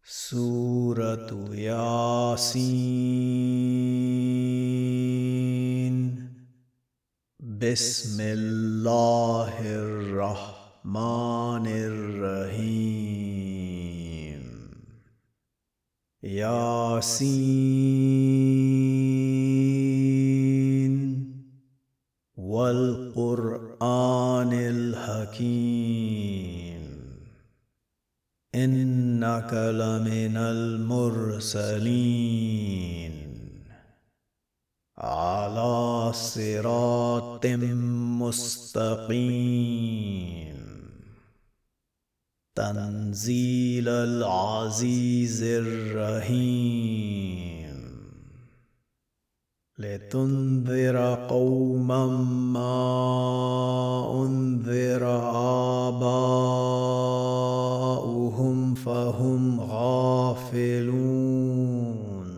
سورة ياسين. بسم الله الرحمن الرحيم. ياسين والقرآن الحكيم، إنك لمن المرسلين على صراط مستقيم. تنزيل العزيز الرحيم، لتنذر قوما ما أنذر آباؤهم فهم غافلون.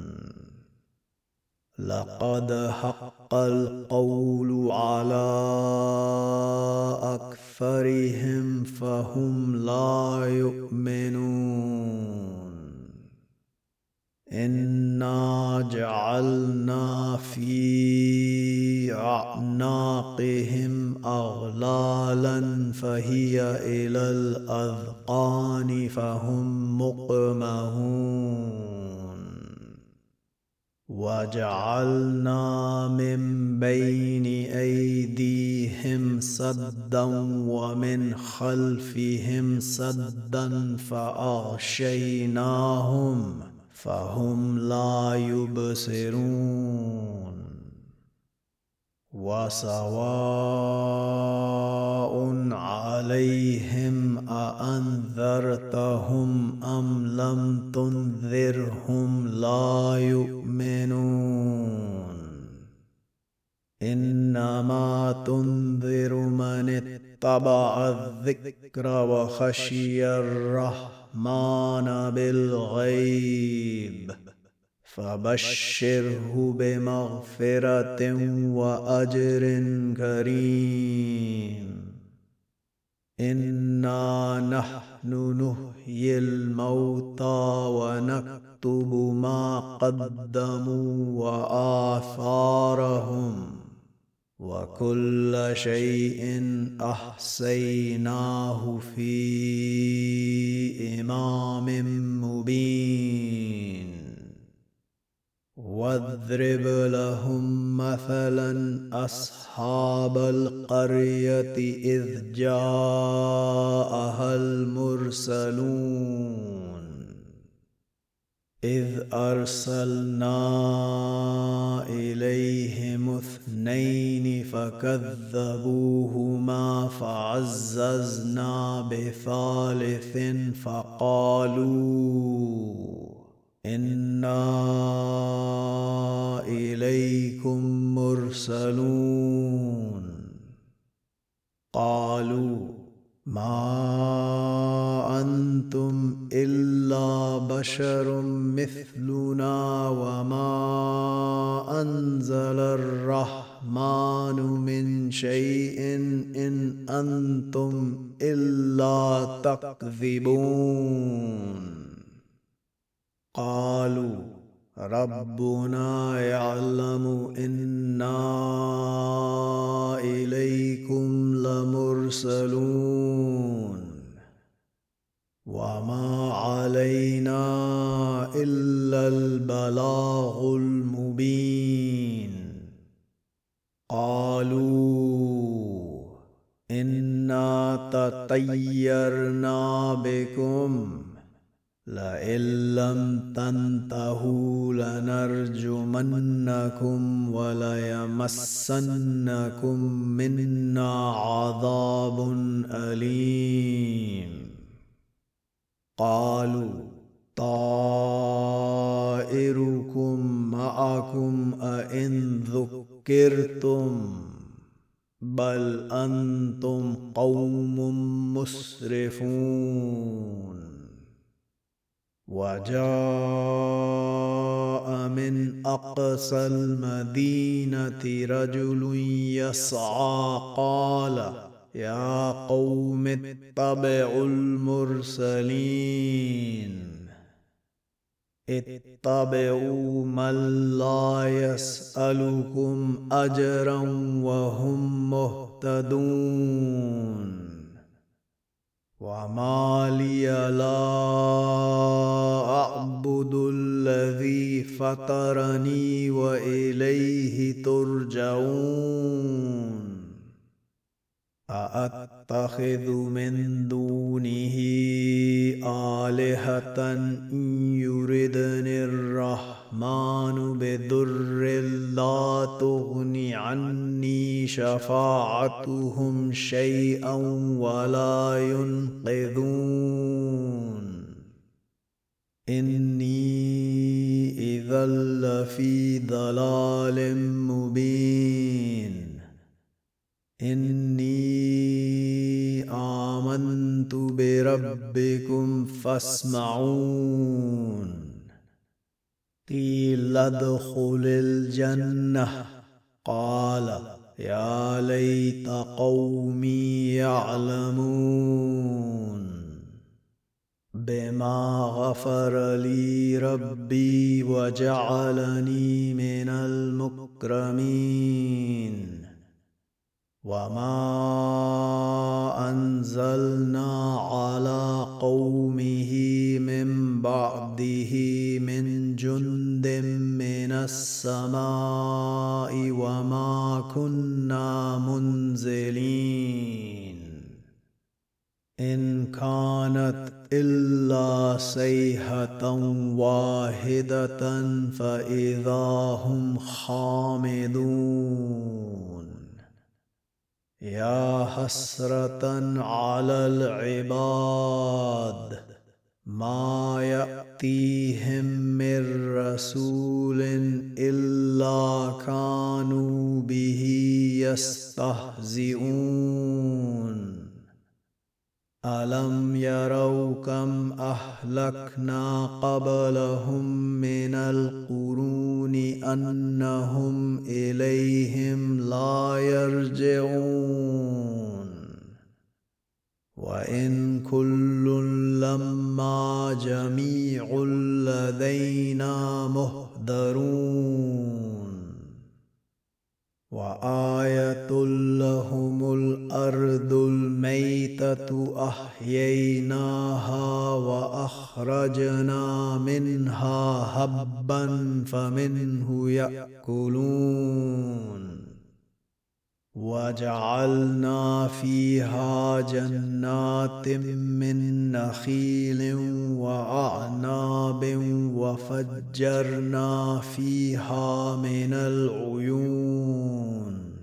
لقد حق القول على أكثرهم فهم لا يؤمنون. إنا جعلنا في أعناقهم أغلالا فهي إلى الأذقان فهم مقمحون. وجعلنا من بين أيديهم سدا ومن خلفهم سدا فأغشيناهم فهم لا يبصرون. وسواء عليهم أأنذرتهم أم لم تنذرهم لا يؤمنون. إنما تنذر من اتبع الذكر وخشي الرحمن بالغيب فبشره بمغفرة وأجر كريم. إنا نحن نحيي الموتى ونكتب ما قدموا وآثارهم وكل شيء أحصيناه في إمام مبين. واضرب لهم مثلا أصحاب القرية إذ جاءها المرسلون. إذ أرسلنا إليهم اثنين فكذبوهما فعززنا بثالث فقالوا إنا إليكم مرسلون. قالوا ما أنتم إلا بشر مثلنا وما أنزل الرحمن من شيء إن أنتم إلا تكذبون. قالوا ربنا يعلم إنا إليكم لمرسلون وما علينا إلا البلاغ المبين. قالوا إنا تطيرنا بكم لئن لم تنتهوا لنرجمنكم وليمسنكم منا عذاب أليم. قالوا طائركم معكم أئن ذكرتم بل أنتم قوم مسرفون. وجاء من أقصى المدينة رجل يسعى قال يا قوم اتبعوا المرسلين اتبعوا من لا يسألكم أجرا وهم مهتدون وما لي لا أعبد الذي فطرني وإليه ترجعون أأتخذ من دونه آلهة إن يردني الرحمن بضر لا تغن عني شفاعتهم شيئا ولا ينقذون إني إذا لفي ضلال مبين إني آمنت بربكم فاسمعون قيل ادخل الجنة قال يا ليت قومي يعلمون بما غفر لي ربي وجعلني من المكرمين وما أنزلنا على قومه من بعده من جند من السماء وما كنا منزلين إن كانت إلا صيحة واحدة فإذا هم خامدون يا حسرة على العباد ما يأتيهم من رسول إلا كانوا به يستهزئون ألم يروا كم أهلكنا قبلهم من القرون أنهم إليهم لا يرجعون وإن كل لما جميع لدينا محضرون وآية لهم الأرض الميتة أحييناها وأخرجنا منها حبا فمنه يأكلون وجعلنا فيها جنات من نخيل وأعناب وفجرنا فيها من العيون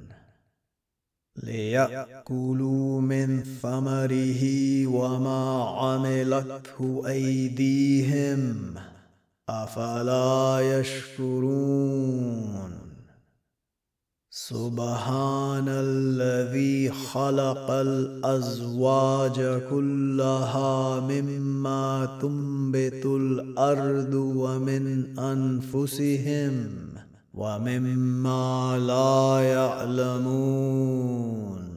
ليأكلوا من ثمره وما عملته أيديهم أفلا يشكرون سبحان الذي خلق الأزواج كلها مما تنبت الأرض ومن أنفسهم ومما لا يعلمون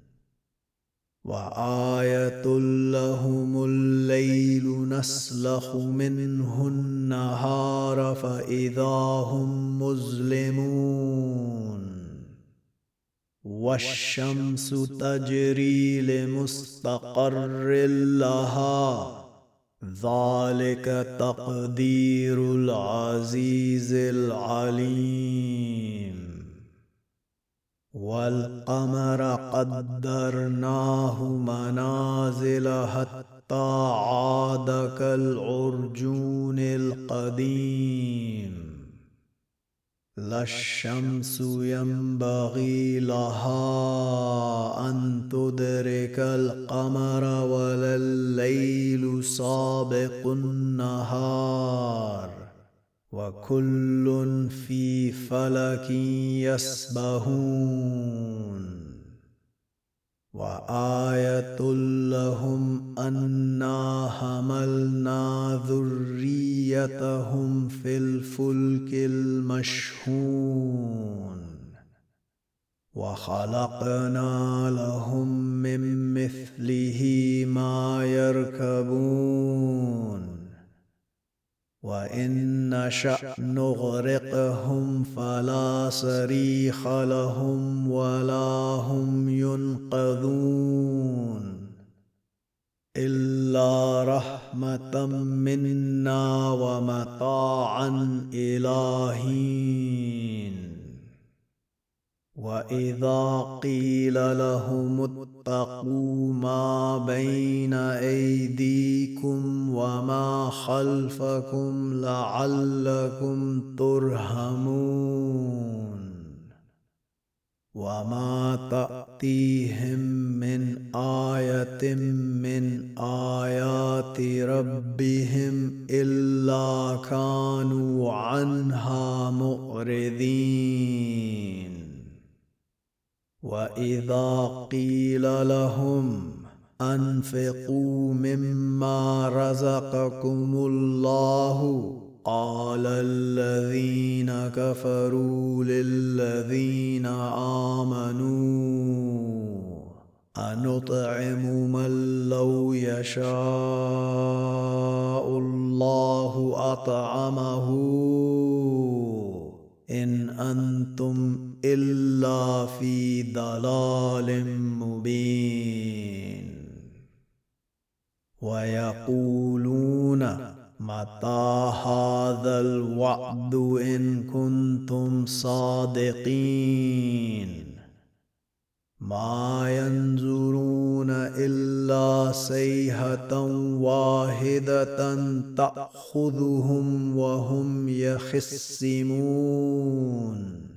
وآية لهم الليل نسلخ منه النهار فإذا هم مظلمون والشمس تجري لمستقر لها ذلك تقدير العزيز العليم والقمر قدرناه منازل حتى عاد كالعرجون القديم لا الشمس ينبغي لها أن تدرك القمر ولا الليل سابق النهار وكل في فلك يسبحون وآية لهم أنا حملنا ذريتهم في الفلك المشحون وخلقنا لهم من مثله ما يركبون وإن نشأ نغرقهم فلا صريخ لهم ولا هم ينقذون إلا رحمة منا ومتاعا إلى حين. وإذا قيل لهم اتقوا ما بين أيديكم وما خلفكم لعلكم ترحمون وما تأتيهم من آية من آيات ربهم إلا كانوا عنها معرضين. وإذا قيل لهم أنفقوا مما رزقكم الله قال الذين كفروا للذين آمنوا أنطعم من لو يشاء الله أطعمه إن أنتم إلا في ضلال مبين. ويقولون متى هذا الوعد إن كنتم صادقين ما ينظرون إلا صيحة واحدة تأخذهم وهم يخصمون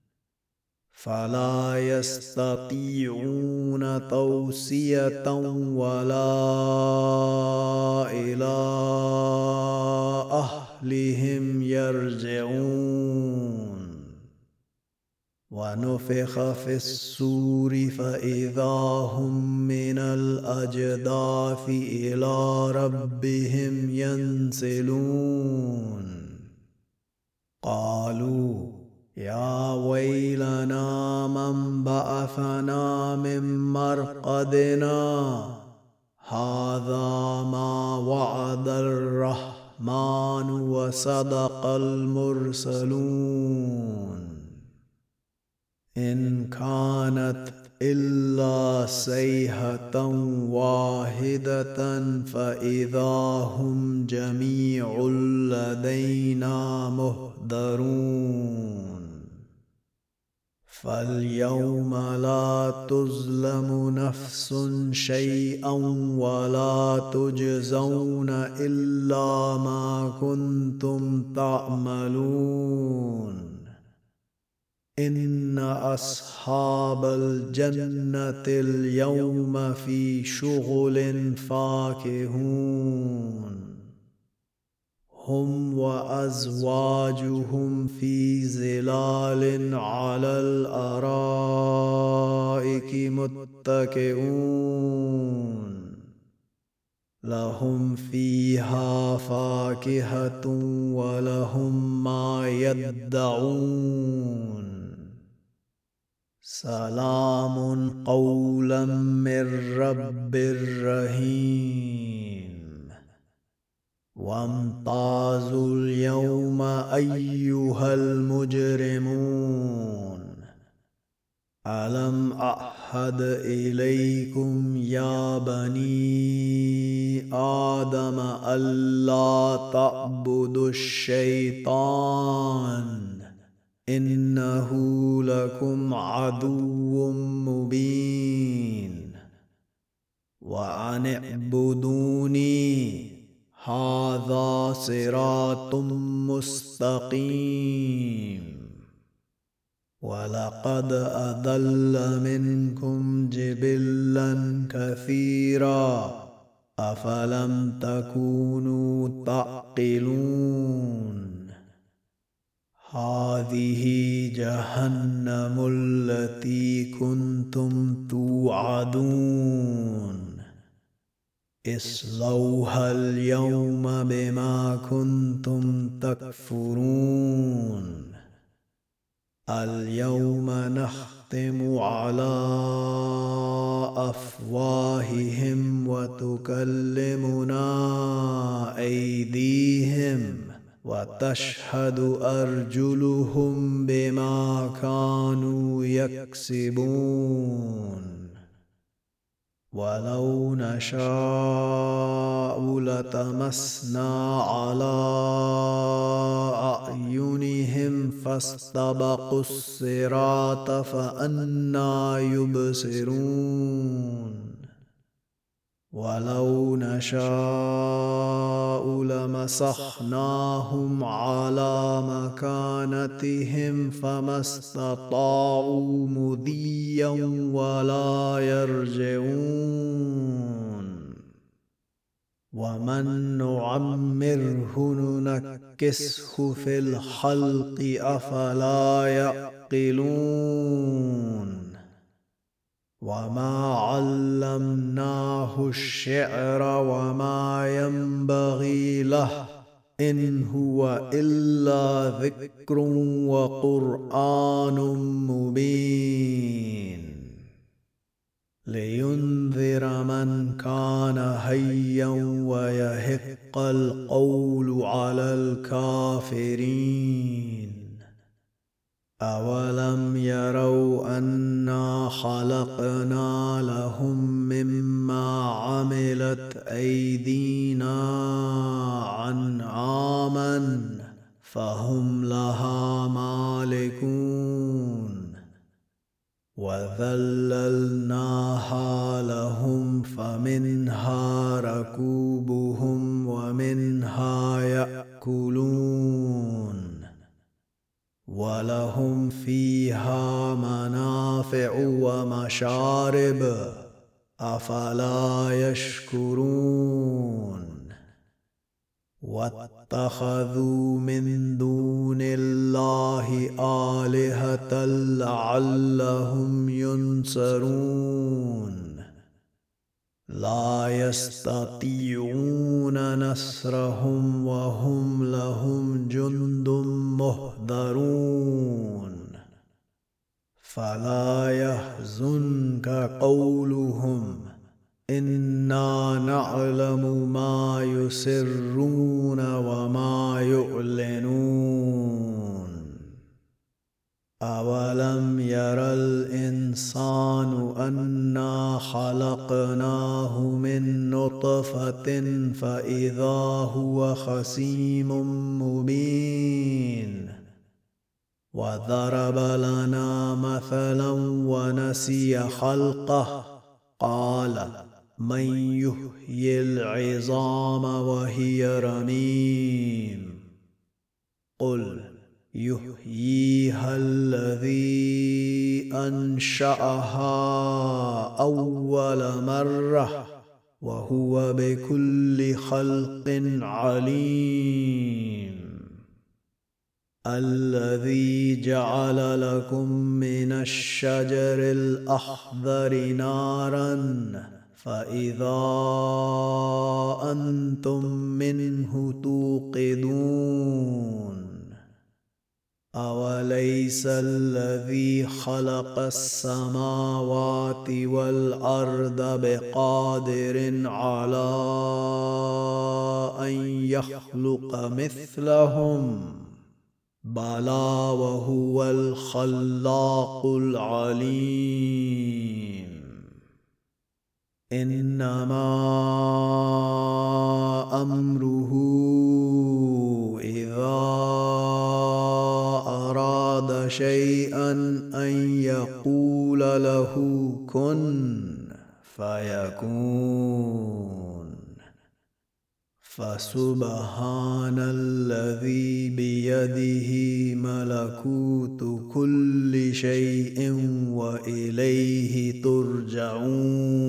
فلا يستطيعون توصية ولا إلى أهلهم يرجعون. ونفخ في الصور فإذا هم من الأجداث إلى ربهم ينسلون قالوا يا ويلنا من بعثنا من مرقدنا هذا ما وعد الرحمن وصدق المرسلون إن كانت إلا صيحة واحدة فإذا هم جميع لدينا محضرون. فاليوم لا تظلم نفس شيئا ولا تجزون إلا ما كنتم تعملون إن أصحاب الجنة اليوم في شغل فاكهون هم وأزواجهم في ظلال على الأرائك متكئون لهم فيها فاكهة ولهم ما يدعون سلام قولا من رب رحيم. وامتازوا اليوم أيها المجرمون ألم أعهد إليكم يا بني آدم ألا تعبدوا الشيطان إنه لكم عدو مبين وأن اعبدوني هذا صراط مستقيم. ولقد أضل منكم جبلا كثيرا أفلم تكونوا تعقلون هذه جهنم التي كنتم توعدون اصلوها اليوم بما كنتم تكفرون اليوم نختم على أفواههم وتكلمنا أيديهم وتشهد أرجلهم بما كانوا يكسبون ولو نشاء لطمسنا على أعينهم فاستبقوا الصراط فأنى يبصرون ولو نشاء لمسخناهم على مكانتهم فما استطاعوا مضيا ولا يرجعون ومن نعمره ننكسه في الخلق أفلا يعقلون وما علمناه الشعر وما ينبغي له إن هو إلا ذكر وقرآن مبين لينذر من كان حيا ويحق القول على الكافرين أولم يروا أنا خلقنا لهم مما عملت أيدينا أنعاما فهم لها مالكون وذللناها لهم فمنها ركوبهم ومنها يأكلون ولهم فيها منافع ومشارب أفلا يشكرون واتخذوا من دون الله آلهة لعلهم ينصرون لا يستطيعون نصرهم وهم لهم جند مهضرون فلا يحزنك قولهم إنا نعلم ما يسرون وما يعلنون أولم ير الإنسان أنا خلقناه من نطفة فإذا هو خصيم مبين وضرب لنا مثلا ونسي خلقه قال من يحيي العظام وهي رميم قل يحييها الذي أنشأها أول مرة وهو بكل خلق عليم الذي جعل لكم من الشجر الأخضر نارا فإذا أنتم منه توقدون أوليس الذي خلق السماوات والأرض بقادر على أن يخلق مثلهم بلى وهو الخلاق العليم إنما أمره إذا أراد شيئا أن يقول له كن فيكون فسبحان الذي بيده ملكوت كل شيء وإليه ترجعون